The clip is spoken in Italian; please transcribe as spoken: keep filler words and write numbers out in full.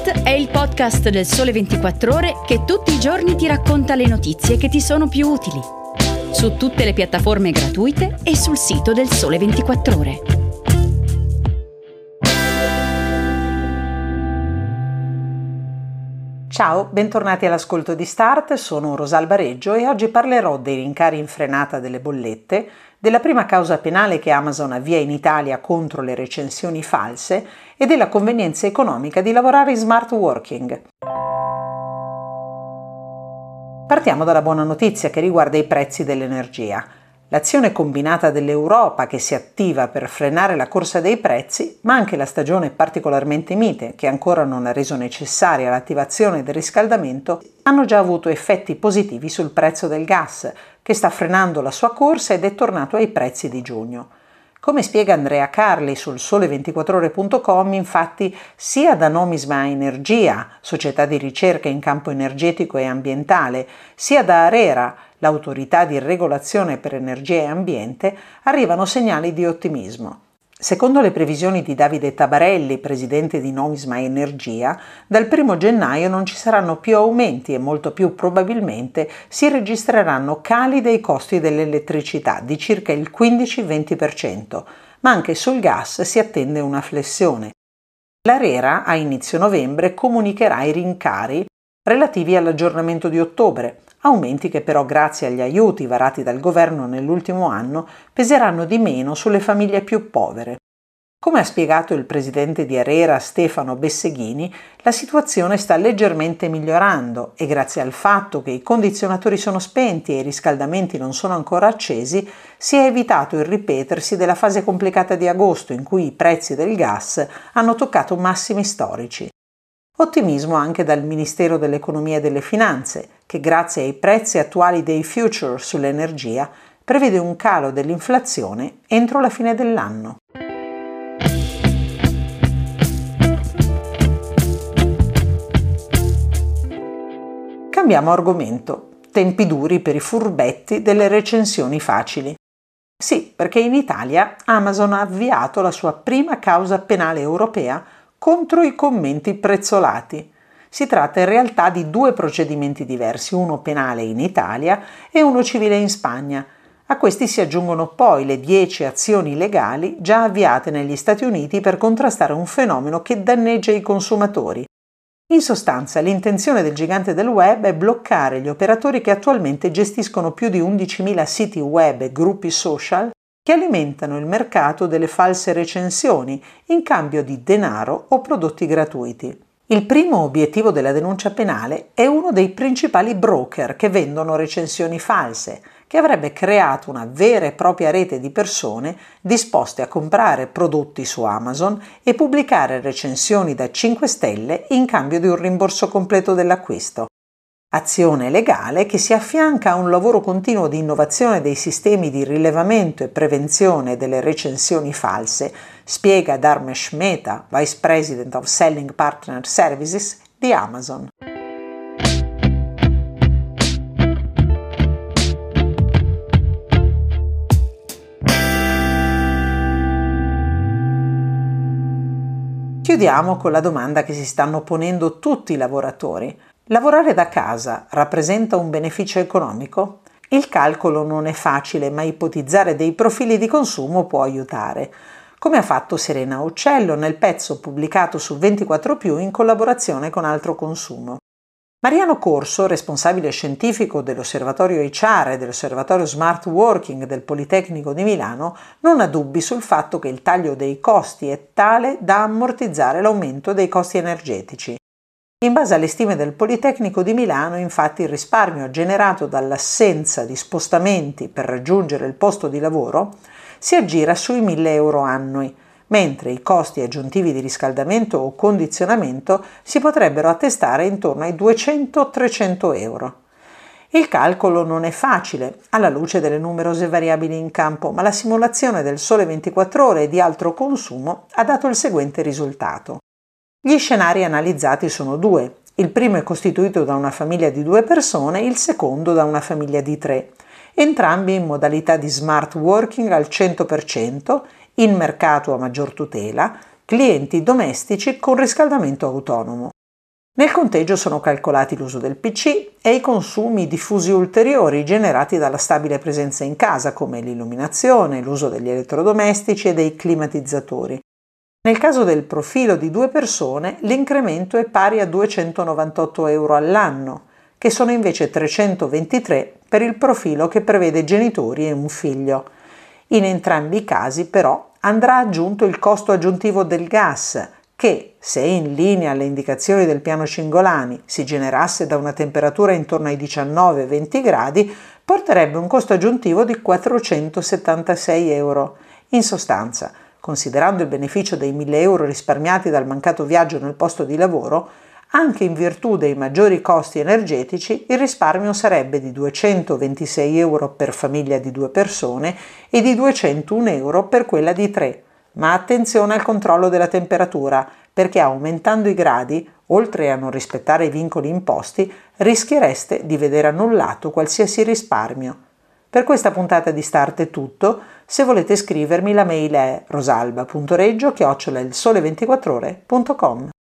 Start è il podcast del Sole ventiquattro Ore che tutti i giorni ti racconta le notizie che ti sono più utili. Su tutte le piattaforme gratuite e sul sito del Sole ventiquattro Ore. Ciao, bentornati all'ascolto di Start, sono Rosalba Reggio e oggi parlerò dei rincari in frenata delle bollette, della prima causa penale che Amazon avvia in Italia contro le recensioni false e della convenienza economica di lavorare in smart working. Partiamo dalla buona notizia che riguarda i prezzi dell'energia. L'azione combinata dell'Europa che si attiva per frenare la corsa dei prezzi, ma anche la stagione particolarmente mite, che ancora non ha reso necessaria l'attivazione del riscaldamento, hanno già avuto effetti positivi sul prezzo del gas, che sta frenando la sua corsa ed è tornato ai prezzi di giugno. Come spiega Andrea Carli sul sole ventiquattro ore punto com, infatti, sia da Nomisma Energia, società di ricerca in campo energetico e ambientale, sia da ARERA, l'autorità di regolazione per energia e ambiente, arrivano segnali di ottimismo. Secondo le previsioni di Davide Tabarelli, presidente di Nomisma Energia, dal primo gennaio non ci saranno più aumenti e molto più probabilmente si registreranno cali dei costi dell'elettricità di circa il quindici-venti per cento, ma anche sul gas si attende una flessione. L'ARERA a inizio novembre comunicherà i rincari relativi all'aggiornamento di ottobre, aumenti che però grazie agli aiuti varati dal governo nell'ultimo anno peseranno di meno sulle famiglie più povere. Come ha spiegato il presidente di ARERA Stefano Besseghini, la situazione sta leggermente migliorando e grazie al fatto che i condizionatori sono spenti e i riscaldamenti non sono ancora accesi, si è evitato il ripetersi della fase complicata di agosto in cui i prezzi del gas hanno toccato massimi storici. Ottimismo anche dal Ministero dell'Economia e delle Finanze, che grazie ai prezzi attuali dei future sull'energia prevede un calo dell'inflazione entro la fine dell'anno. Cambiamo argomento. Tempi duri per i furbetti delle recensioni facili. Sì, perché in Italia Amazon ha avviato la sua prima causa penale europea contro i commenti prezzolati. Si tratta in realtà di due procedimenti diversi, uno penale in Italia e uno civile in Spagna. A questi si aggiungono poi le dieci azioni legali già avviate negli Stati Uniti per contrastare un fenomeno che danneggia i consumatori. In sostanza, l'intenzione del gigante del web è bloccare gli operatori che attualmente gestiscono più di undicimila siti web e gruppi social che alimentano il mercato delle false recensioni in cambio di denaro o prodotti gratuiti. Il primo obiettivo della denuncia penale è uno dei principali broker che vendono recensioni false, che avrebbe creato una vera e propria rete di persone disposte a comprare prodotti su Amazon e pubblicare recensioni da cinque stelle in cambio di un rimborso completo dell'acquisto. Azione legale che si affianca a un lavoro continuo di innovazione dei sistemi di rilevamento e prevenzione delle recensioni false, spiega Dharmesh Mehta, Vice President of Selling Partner Services di Amazon. Chiudiamo con la domanda che si stanno ponendo tutti i lavoratori. Lavorare da casa rappresenta un beneficio economico? Il calcolo non è facile, ma ipotizzare dei profili di consumo può aiutare, come ha fatto Serena Uccello nel pezzo pubblicato su ventiquattro più in collaborazione con Altro Consumo. Mariano Corso, responsabile scientifico dell'Osservatorio H R e dell'Osservatorio Smart Working del Politecnico di Milano, non ha dubbi sul fatto che il taglio dei costi è tale da ammortizzare l'aumento dei costi energetici. In base alle stime del Politecnico di Milano, infatti, il risparmio generato dall'assenza di spostamenti per raggiungere il posto di lavoro si aggira sui mille euro annui, mentre i costi aggiuntivi di riscaldamento o condizionamento si potrebbero attestare intorno ai duecento-trecento euro. Il calcolo non è facile, alla luce delle numerose variabili in campo, ma la simulazione del Sole ventiquattro Ore e di Altro Consumo ha dato il seguente risultato. Gli scenari analizzati sono due. Il primo è costituito da una famiglia di due persone, il secondo da una famiglia di tre, entrambi in modalità di smart working al cento per cento, in mercato a maggior tutela, clienti domestici con riscaldamento autonomo. Nel conteggio sono calcolati l'uso del P C e i consumi diffusi ulteriori generati dalla stabile presenza in casa, come l'illuminazione, l'uso degli elettrodomestici e dei climatizzatori. Nel caso del profilo di due persone, l'incremento è pari a duecentonovantotto euro all'anno, che sono invece trecentoventitré per il profilo che prevede genitori e un figlio. In entrambi i casi, però, andrà aggiunto il costo aggiuntivo del gas, che, se in linea alle indicazioni del piano Cingolani si generasse da una temperatura intorno ai diciannove venti gradi, porterebbe un costo aggiuntivo di quattrocentosettantasei euro. In sostanza, considerando il beneficio dei mille euro risparmiati dal mancato viaggio nel posto di lavoro, anche in virtù dei maggiori costi energetici, il risparmio sarebbe di duecentoventisei euro per famiglia di due persone e di duecentouno euro per quella di tre. Ma attenzione al controllo della temperatura, perché aumentando i gradi, oltre a non rispettare i vincoli imposti, rischiereste di vedere annullato qualsiasi risparmio. Per questa puntata di Start è tutto. Se volete scrivermi, la mail è rosalba punto reggio chiocciola il sole ventiquattro ore punto com.